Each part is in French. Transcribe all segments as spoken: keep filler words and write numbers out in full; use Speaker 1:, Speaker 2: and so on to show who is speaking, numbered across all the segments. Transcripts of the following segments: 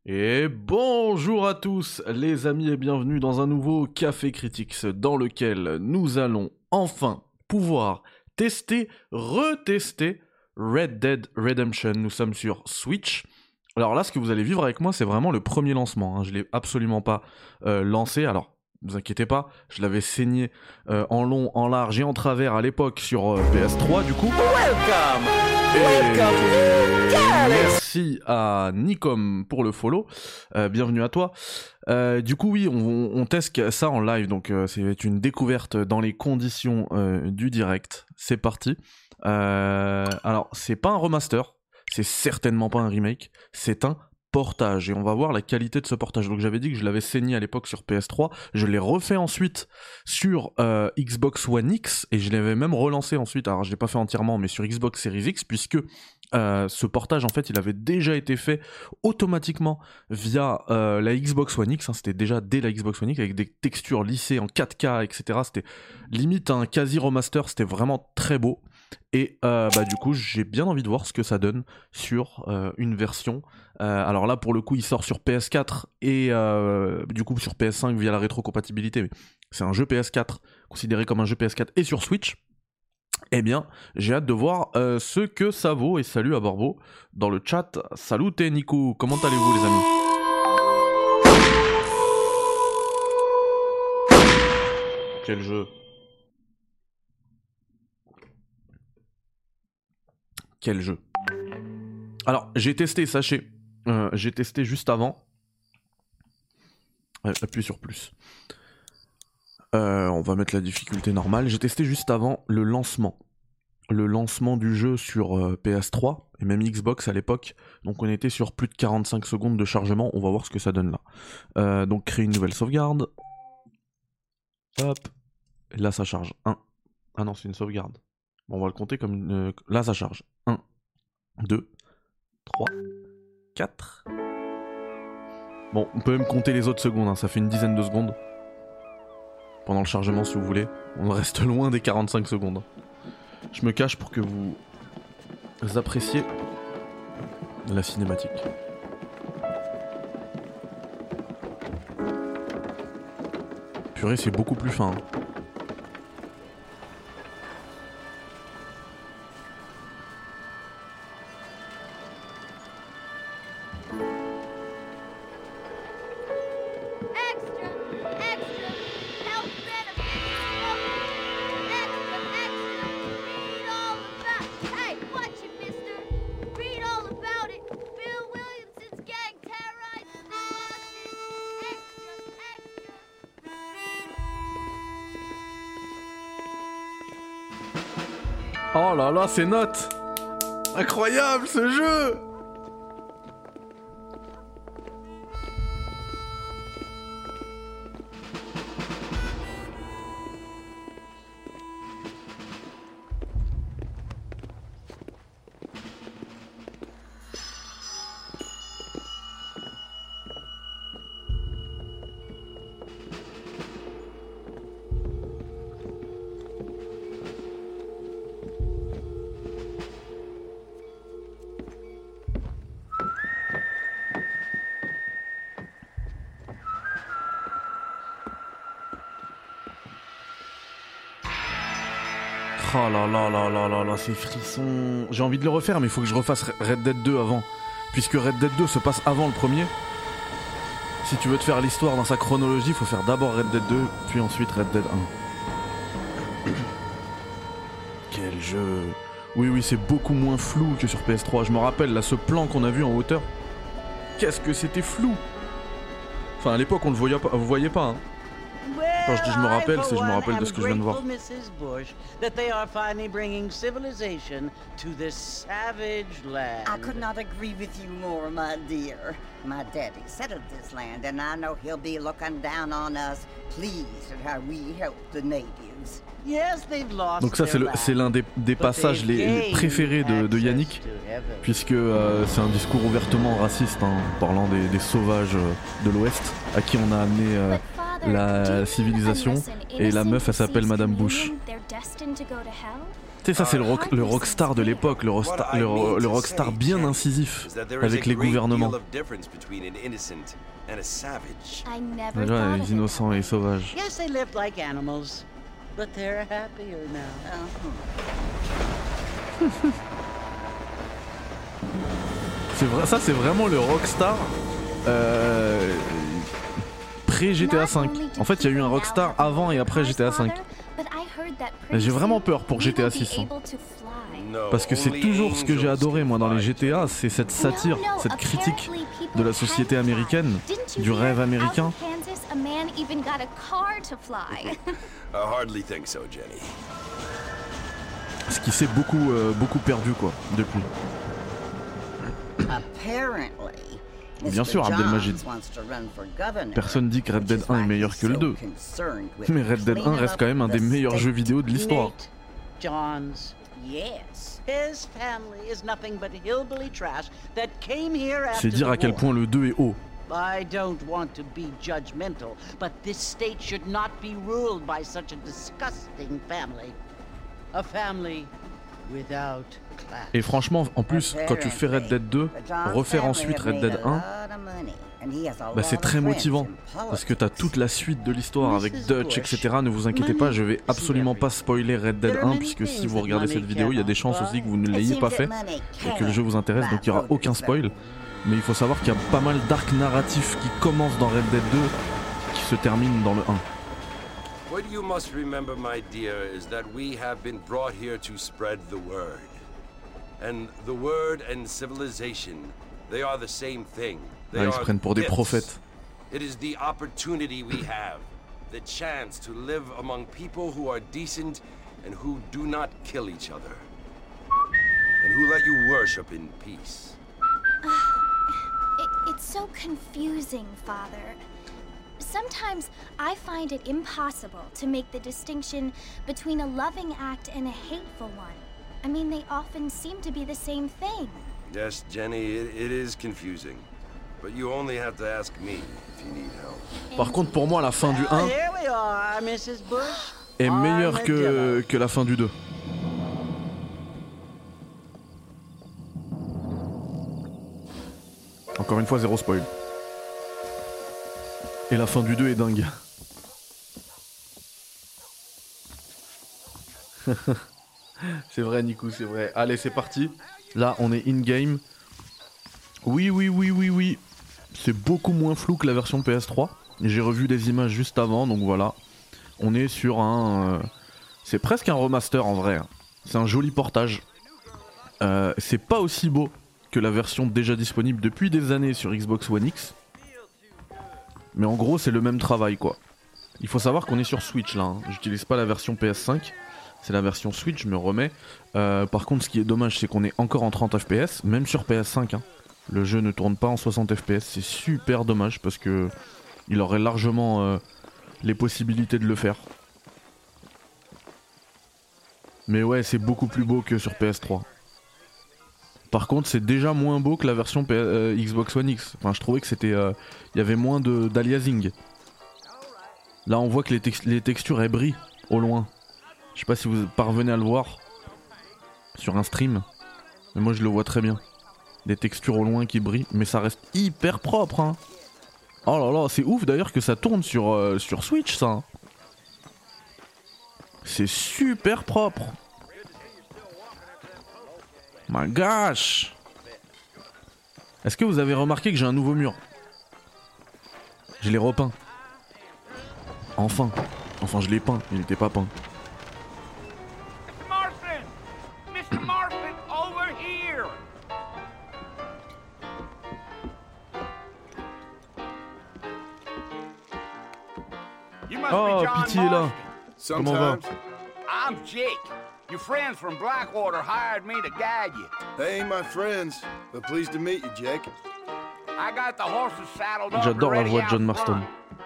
Speaker 1: Et bonjour à tous les amis et bienvenue dans un nouveau Café Critics dans lequel nous allons enfin pouvoir tester, retester Red Dead Redemption. Nous sommes sur Switch. Alors là, ce que vous allez vivre avec moi, c'est vraiment le premier lancement, hein. Je ne l'ai absolument pas euh, lancé, alors ne vous inquiétez pas, je l'avais saigné euh, en long, en large et en travers à l'époque sur euh, P S trois du coup.
Speaker 2: Welcome!
Speaker 1: Et
Speaker 2: Welcome!
Speaker 1: merci à Nicom pour le follow, euh, bienvenue à toi. Euh, du coup oui, on, on teste ça en live, donc euh, c'est une découverte dans les conditions euh, du direct. C'est parti. Euh, alors c'est pas un remaster, c'est certainement pas un remake, c'est un portage et on va voir la qualité de ce portage. Donc j'avais dit que je l'avais saigné à l'époque sur P S trois, je l'ai refait ensuite sur euh, Xbox One X et je l'avais même relancé ensuite, alors je l'ai pas fait entièrement mais sur Xbox Series X puisque euh, ce portage en fait il avait déjà été fait automatiquement via euh, la Xbox One X, hein, c'était déjà dès la Xbox One X avec des textures lissées en quatre K etc, c'était limite un quasi remaster, c'était vraiment très beau. Et euh, bah du coup j'ai bien envie de voir ce que ça donne sur euh, une version. Euh, alors là pour le coup il sort sur P S quatre et euh, du coup sur P S cinq via la rétrocompatibilité, mais c'est un jeu P S quatre, considéré comme un jeu P S quatre et sur Switch. Eh bien j'ai hâte de voir euh, ce que ça vaut. Et salut à Barbo dans le chat. Salut t'es Nico, comment allez-vous les amis? Quel jeu? Quel jeu? Alors, j'ai testé, sachez, euh, j'ai testé juste avant. Euh, appuie sur plus. Euh, on va mettre la difficulté normale. J'ai testé juste avant le lancement. Le lancement du jeu sur euh, P S trois et même Xbox à l'époque. Donc on était sur plus de quarante-cinq secondes de chargement. On va voir ce que ça donne là. Euh, donc créer une nouvelle sauvegarde. Hop. Et là ça charge. un. Ah non, c'est une sauvegarde. Bon, on va le compter comme une... Euh, là ça charge. un, deux, trois, quatre. Bon, on peut même compter les autres secondes, hein, ça fait une dizaine de secondes. Pendant le chargement si vous voulez. On reste loin des quarante-cinq secondes. Je me cache pour que vous appréciez la cinématique. Purée, c'est beaucoup plus fin. Hein. Oh là là, c'est notes! Incroyable ce jeu! Oh là là là là là là, ces frissons. J'ai envie de le refaire, mais il faut que je refasse Red Dead deux avant. Puisque Red Dead deux se passe avant le premier. Si tu veux te faire l'histoire dans sa chronologie, il faut faire d'abord Red Dead deux, puis ensuite Red Dead un. Quel jeu. Oui, oui, c'est beaucoup moins flou que sur P S trois. Je me rappelle, là, ce plan qu'on a vu en hauteur. Qu'est-ce que c'était flou. Enfin, à l'époque, on le voyait pas, vous voyez pas, hein. Quand je dis je me rappelle, c'est je me rappelle de ce que je viens de voir.
Speaker 2: I could not agree with you more, my dear. My daddy settled this land, and I know he'll be looking down on us, pleased at how we help the natives. Yes, they've lost.
Speaker 1: Donc ça, c'est le, c'est l'un des, des passages les, les préférés de, de Yannick, puisque euh, c'est un discours ouvertement raciste, hein, parlant des, des sauvages de l'Ouest, à qui on a amené euh, la civilisation, et la meuf, elle s'appelle Madame Bush. Tu sais, ça c'est le, rock, le rockstar de l'époque, le, rockstar, le, le rockstar bien incisif avec les gouvernements. Déjà, les innocents et les sauvages.
Speaker 3: Yes, they lived like animals, but they're happier now.
Speaker 1: C'est vrai, ça c'est vraiment le rockstar euh, pré-G T A cinq. En fait, il y a eu un rockstar avant et après G T A cinq. J'ai vraiment peur pour G T A six. Hein. Parce que c'est toujours ce que j'ai adoré moi dans les G T A, c'est cette satire, cette critique de la société américaine, du rêve américain. Ce qui s'est beaucoup, euh, beaucoup perdu quoi, depuis. Bien sûr, Abdelmajid. Personne dit que Red Dead un est meilleur que le deux. Mais Red Dead un reste quand même un des meilleurs jeux vidéo de l'histoire. C'est dire à quel point le deux est haut.
Speaker 3: I don't want to be judgmental, but this state should not be ruled by such a disgusting family. A family without class.
Speaker 1: Et franchement, en plus, quand tu fais Red Dead deux, refaire ensuite Red Dead un, bah c'est très motivant. Parce que t'as toute la suite de l'histoire avec Dutch, et cetera. Ne vous inquiétez pas, je vais absolument pas spoiler Red Dead un, puisque si vous regardez cette vidéo, il y a des chances aussi que vous ne l'ayez pas fait, et que le jeu vous intéresse, donc il n'y aura aucun spoil. Mais il faut savoir qu'il y a pas mal d'arcs narratifs qui commencent dans Red Dead deux, qui se terminent dans le un.
Speaker 4: What you must remember, my dear, is that we have been brought here to spread the word. And the word and civilization, they are the same thing. They
Speaker 1: ah, ils se prennent pour des prophètes.
Speaker 4: It is the opportunity we have, the chance to live among people who are decent and who do not kill each other. And who let you worship in peace.
Speaker 5: It, it's so confusing, Father. Sometimes I find it impossible to make the distinction between a loving act and a hateful one. I mean, they often seem to be the same thing.
Speaker 4: Yes, Jenny, it, it is confusing. But you only have to ask me if you need help.
Speaker 1: Par contre, pour moi, la fin du un est meilleure que, que la fin du deux. Encore une fois, zéro spoil. Et la fin du deux est dingue. C'est vrai, Nico, c'est vrai. Allez, c'est parti. Là, on est in-game. Oui, oui, oui, oui, oui. C'est beaucoup moins flou que la version P S trois. J'ai revu des images juste avant, donc voilà. On est sur un... Euh, c'est presque un remaster en vrai. C'est un joli portage. Euh, c'est pas aussi beau que la version déjà disponible depuis des années sur Xbox One X. Mais en gros c'est le même travail quoi. Il faut savoir qu'on est sur Switch là, hein. J'utilise pas la version P S cinq, c'est la version Switch, je me remets. Euh, par contre ce qui est dommage c'est qu'on est encore en trente F P S, même sur P S cinq. Hein. Le jeu ne tourne pas en soixante F P S, c'est super dommage parce que il aurait largement euh, les possibilités de le faire. Mais ouais, c'est beaucoup plus beau que sur P S trois. Par contre, c'est déjà moins beau que la version P euh, Xbox One X. Enfin, je trouvais que c'était, il euh, y avait moins de d'aliasing. Là, on voit que les, tex les textures elles brillent au loin. Je sais pas si vous parvenez à le voir sur un stream, mais moi je le vois très bien. Des textures au loin qui brillent, mais ça reste hyper propre. Hein. Oh là là, c'est ouf d'ailleurs que ça tourne sur euh, sur Switch, ça. Hein. C'est super propre. My gosh! Est-ce que vous avez remarqué que j'ai un nouveau mur? Je l'ai repeint. Enfin. Enfin, je l'ai peint. Il n'était pas peint.
Speaker 6: Martin! Mister Martin, over here!
Speaker 1: Oh, Pitié est là. Comment va?
Speaker 6: I'm Jake. Your friends from Blackwater hired me to guide you.
Speaker 7: They ain't my friends, but pleased to meet you, Jake.
Speaker 6: I got the horses saddled up.
Speaker 1: J'adore la voix de John Marston.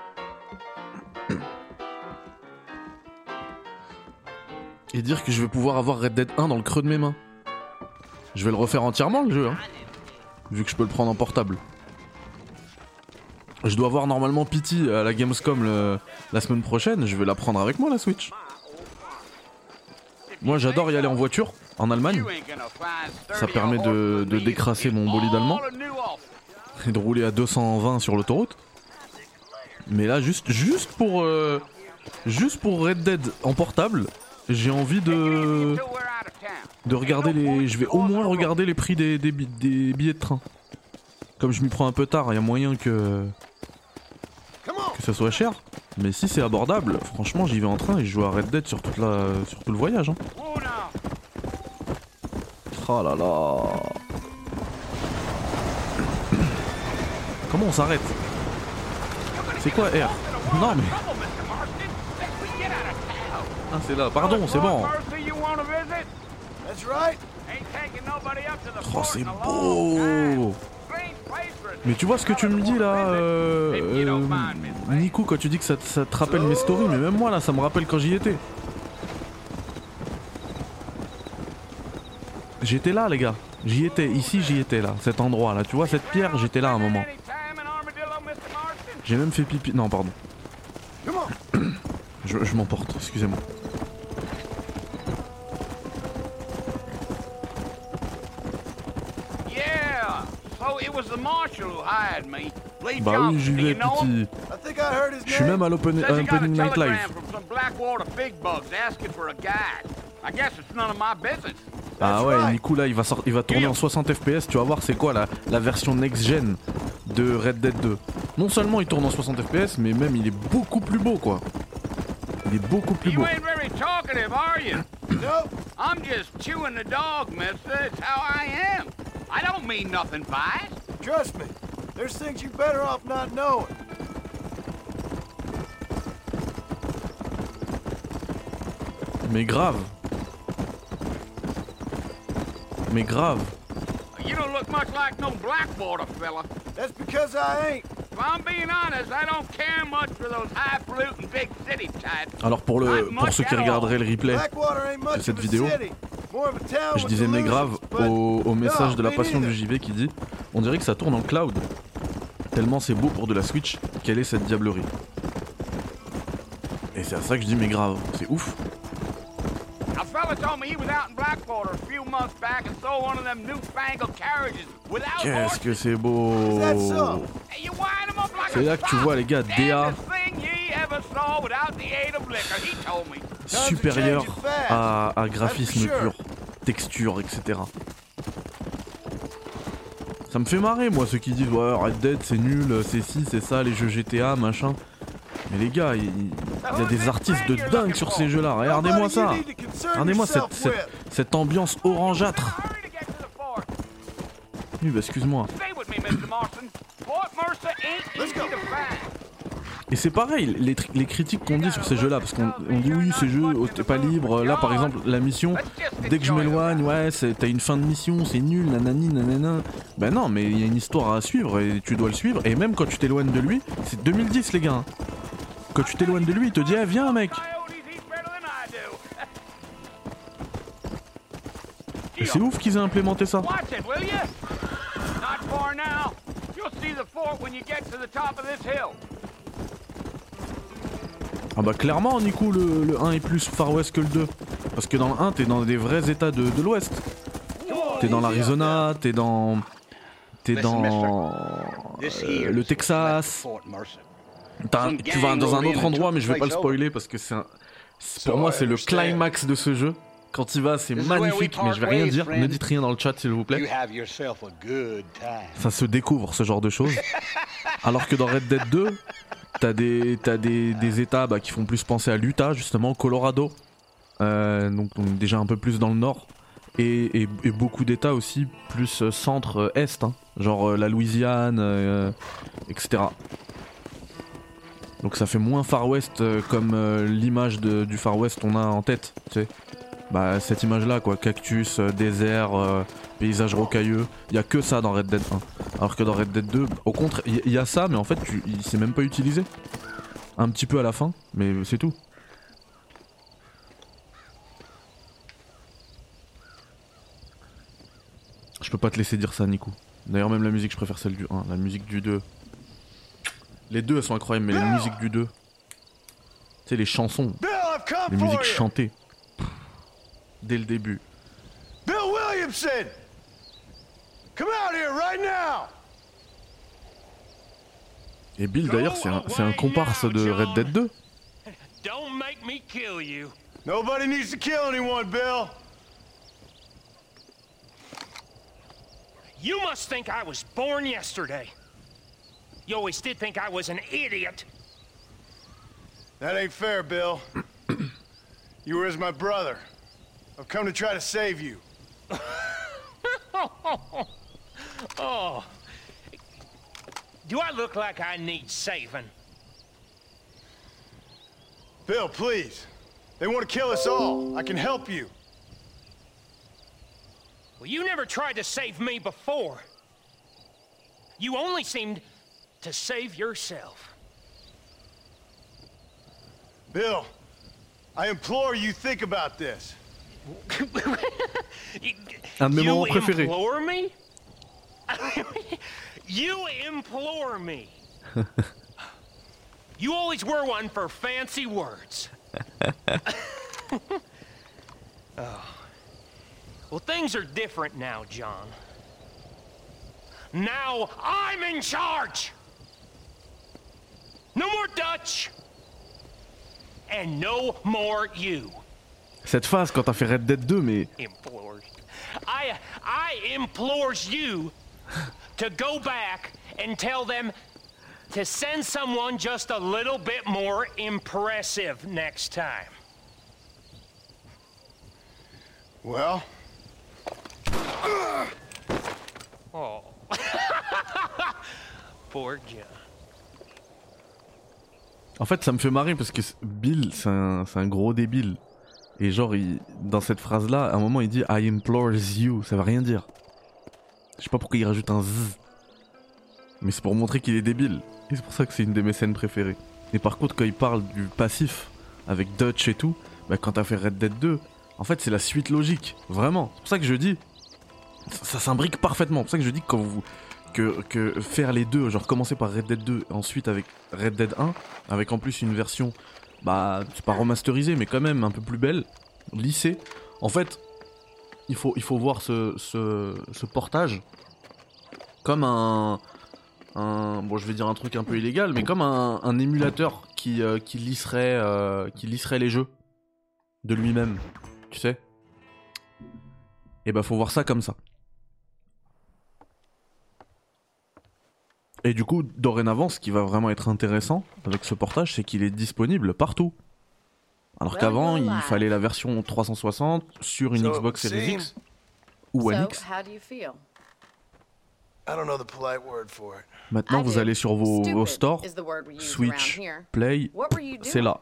Speaker 1: Et dire que je vais pouvoir avoir Red Dead un dans le creux de mes mains. Je vais le refaire entièrement le jeu, hein, vu que je peux le prendre en portable. Je dois voir normalement Pity à la Gamescom le, la semaine prochaine. Je vais la prendre avec moi la Switch. Moi j'adore y aller en voiture, en Allemagne. Ça permet de, de décrasser mon bolide allemand et de rouler à deux cent vingt sur l'autoroute. Mais là juste, juste pour euh, juste pour Red Dead en portable, j'ai envie de de regarder les. Je vais au moins regarder les prix des, des, des billets de train. Comme je m'y prends un peu tard, il y a moyen que que ça soit cher. Mais si c'est abordable, franchement j'y vais en train et je joue à Red Dead sur toute la sur tout le voyage. Hein. Oh là là. Comment on s'arrête? C'est quoi R? Non mais. Ah c'est là, pardon, c'est bon. Oh c'est beau. Mais tu vois ce que tu me dis là, euh, euh, Nico, quand tu dis que ça, ça te rappelle mes stories, mais même moi là ça me rappelle quand j'y étais. J'étais là les gars, j'y étais, ici j'y étais là, cet endroit là, tu vois cette pierre, j'étais là à un moment. J'ai même fait pipi, non pardon. Je, je m'emporte, excusez-moi. Bah oui, j'y vais, petit. Je suis même à l'opening night live. Ah ouais, Nico là, il va, sort, il va tourner en soixante F P S, tu vas voir c'est quoi la, la version next-gen de Red Dead deux. Non seulement il tourne en soixante F P S, mais même il est beaucoup plus beau quoi. Il est beaucoup plus beau.
Speaker 6: I don't mean nothing by it.
Speaker 7: Trust me, there's things you're better off not knowing.
Speaker 1: Mais grave. Mais grave.
Speaker 6: You don't look much like no Blackwater fella.
Speaker 7: That's because I ain't.
Speaker 6: If I'm being honest, I don't care much for those highfalutin big city types.
Speaker 1: Alors pour le pour ceux qui regarderaient le replay de cette vidéo, je disais mais grave au, au message de la passion du J V qui dit on dirait que ça tourne en cloud. Tellement c'est beau pour de la Switch, quelle est cette diablerie. Et c'est à ça que je dis mais grave, c'est ouf. Qu'est-ce que c'est beau. C'est là que tu vois les gars D A supérieur à, à graphisme pur, texture, et cetera. Ça me fait marrer moi ceux qui disent ouais Red Dead c'est nul, c'est ci, c'est ça, les jeux G T A, machin. Mais les gars, il, il y a des artistes de dingue sur ces jeux là, regardez-moi ça. Regardez-moi cette, cette, cette ambiance orangeâtre. Oui bah excuse-moi. Et c'est pareil, les, les critiques qu'on dit sur ces jeux là, parce qu'on on dit oui ces jeux, oh, t'es pas libre, là par exemple la mission, dès que je m'éloigne, ouais t'as une fin de mission, c'est nul, nanani nanana. Ben non mais il y a une histoire à suivre et tu dois le suivre, et même quand tu t'éloignes de lui, c'est deux mille dix les gars. Quand tu t'éloignes de lui, il te dit eh, viens mec. Et c'est ouf qu'ils aient implémenté ça. Ah bah clairement Nico le, le un est plus Far West que le deux. Parce que dans le un t'es dans des vrais états de, de l'Ouest. T'es dans l'Arizona, t'es dans... T'es dans... Euh, le Texas. Un, tu vas dans un autre endroit mais je vais pas le spoiler parce que c'est un... Pour moi c'est le climax de ce jeu. Quand il va c'est magnifique mais je vais rien dire. Ne dites rien dans le chat s'il vous plaît. Ça se découvre ce genre de choses. Alors que dans Red Dead deux... T'as des, t'as des, des états bah, qui font plus penser à l'Utah justement, Colorado, euh, donc, donc déjà un peu plus dans le nord, et, et, et beaucoup d'états aussi plus euh, centre-est, hein, genre euh, la Louisiane, euh, et cetera. Donc ça fait moins Far West euh, comme euh, l'image de, du Far West on a en tête, tu sais. Bah cette image là quoi, cactus, euh, désert, euh, paysage rocailleux, il y a que ça dans Red Dead un. Alors que dans Red Dead deux, au contre, il y, y a ça mais en fait tu, il s'est même pas utilisé. Un petit peu à la fin, mais c'est tout. Je peux pas te laisser dire ça Nico. D'ailleurs même la musique je préfère celle du un, la musique du deux. Les deux elles sont incroyables mais les musiques du deux. Tu sais les chansons, les musiques chantées. dès le début.
Speaker 7: Bill Williamson! Come out here right now!
Speaker 1: Et Bill d'ailleurs c'est un, c'est un comparse de Red Dead deux.
Speaker 8: Don't make me kill you.
Speaker 7: Nobody needs to kill anyone, Bill.
Speaker 8: You must think I was born yesterday. You always did think I was an idiot.
Speaker 7: That ain't fair, Bill. You were as my brother. I've come to try to save you.
Speaker 8: Oh. Do I look like I need saving?
Speaker 7: Bill, please. They want to kill us all. I can help you.
Speaker 8: Well, you never tried to save me before. You only seemed to save yourself.
Speaker 7: Bill, I implore you think about this.
Speaker 1: Un de mes moments
Speaker 8: You
Speaker 1: préférés.
Speaker 8: implore me? You implore me. You always were one for fancy words. Oh. Well, things are different now, John. Now I'm in charge. No more Dutch. And no more you.
Speaker 1: Cette phase quand t'as fait Red Dead deux, mais
Speaker 8: Implores. I I implores you to go back and tell them to send someone just a little bit more impressive next time.
Speaker 7: Well?
Speaker 8: Oh. Poor John.
Speaker 1: en fait ça me fait marrer parce que Bill c'est un, c'est un gros débile. Et genre il, dans cette phrase là, à un moment il dit I implore you, ça veut rien dire. Je sais pas pourquoi il rajoute un z. Mais c'est pour montrer qu'il est débile. Et c'est pour ça que c'est une de mes scènes préférées. Et par contre quand il parle du passif avec Dutch et tout, bah quand t'as fait Red Dead deux, en fait c'est la suite logique, vraiment. C'est pour ça que je dis, ça, ça s'imbrique parfaitement. C'est pour ça que je dis que quand vous, que, que faire les deux, genre commencer par Red Dead deux, ensuite avec Red Dead un, avec en plus une version, bah c'est pas remasterisée mais quand même un peu plus belle, lissée. En fait, il faut, il faut voir ce, ce, ce portage comme un... Un, bon je vais dire un truc un peu illégal mais comme un, un émulateur qui, euh, qui, lisserait, euh, qui lisserait les jeux de lui-même, tu sais. Et bah faut voir ça comme ça. Et du coup dorénavant ce qui va vraiment être intéressant avec ce portage c'est qu'il est disponible partout. Alors qu'avant il fallait la version trois cent soixante sur une Xbox Series X ou One X.
Speaker 7: I don't know the polite word for it.
Speaker 1: Maintenant, vous allez sur vos, vos stores, Switch, Play, c'est là.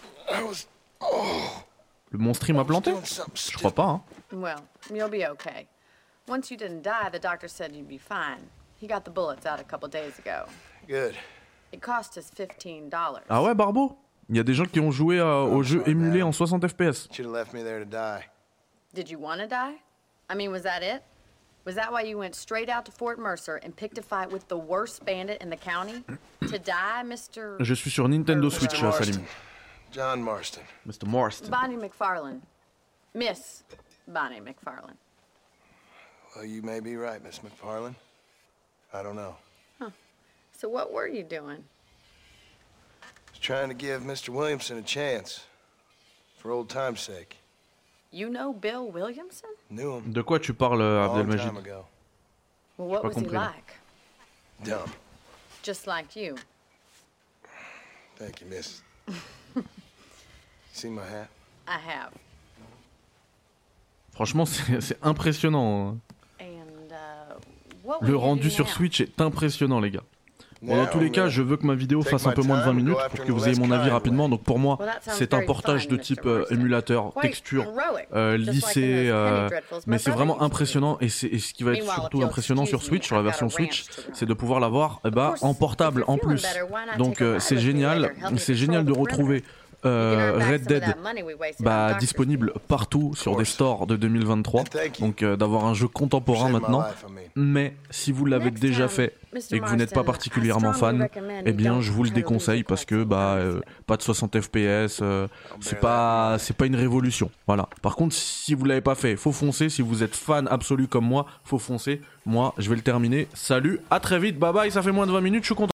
Speaker 1: Le monstre il m'a planté? Je crois pas, hein.
Speaker 9: Well, you'll be okay. Once you didn't die, the doctor said you'd be fine. He got the bullets out a couple days ago.
Speaker 7: Good.
Speaker 9: It cost us fifteen dollars.
Speaker 1: Ah ouais, Barbeau? Il y a des gens qui ont joué euh, au jeu émulé en soixante F P S.
Speaker 7: Should have left me there to die.
Speaker 9: Did you want to die? I mean, was that it? Was that why you went straight out to Fort Mercer and picked a fight with the worst bandit in the county? To die, Mister
Speaker 1: Je suis sur Nintendo Switch, Salim.
Speaker 7: John Marston.
Speaker 1: Mister Marston.
Speaker 9: Bonnie McFarlane. Miss Bonnie McFarlane.
Speaker 7: Well, you may be right, Miss McFarlane. I don't know.
Speaker 9: Huh. So what were you doing?
Speaker 7: I was trying to give Mister Williamson a chance. For old time's sake.
Speaker 9: You know Bill Williamson?
Speaker 7: Knew him.
Speaker 1: De quoi tu parles, Abdelmajid?
Speaker 7: Long time ago.
Speaker 9: Well, what was he like?
Speaker 7: Dumb.
Speaker 9: Just like you.
Speaker 7: Thank you, miss. You see my hat?
Speaker 9: I have.
Speaker 1: Franchement, c'est, c'est impressionnant.
Speaker 9: And, uh, what
Speaker 1: Le
Speaker 9: will you
Speaker 1: rendu
Speaker 9: do
Speaker 1: sur
Speaker 9: now?
Speaker 1: Switch est impressionnant, les gars. Bon, dans tous les cas, je veux que ma vidéo fasse un peu moins de vingt minutes pour que vous ayez mon avis rapidement. Donc pour moi, c'est un portage de type euh, émulateur, texture, euh, lissé, euh, mais c'est vraiment impressionnant. Et, c'est, et ce qui va être surtout impressionnant sur Switch, sur la version Switch, c'est de pouvoir l'avoir eh ben, en portable en plus. Donc euh, c'est génial, c'est génial de retrouver euh, Red Dead, bah, disponible partout sur des stores de deux mille vingt-trois, donc euh, d'avoir un jeu contemporain maintenant. Mais si vous l'avez déjà fait et que vous n'êtes pas particulièrement fan, eh bien je vous le déconseille parce que bah euh, pas de soixante F P S, euh, c'est pas c'est pas une révolution. Voilà. Par contre, si vous l'avez pas fait, faut foncer. Si vous êtes fan absolu comme moi, faut foncer. Moi, je vais le terminer. Salut, à très vite, bye bye. Ça fait moins de vingt minutes, je suis content.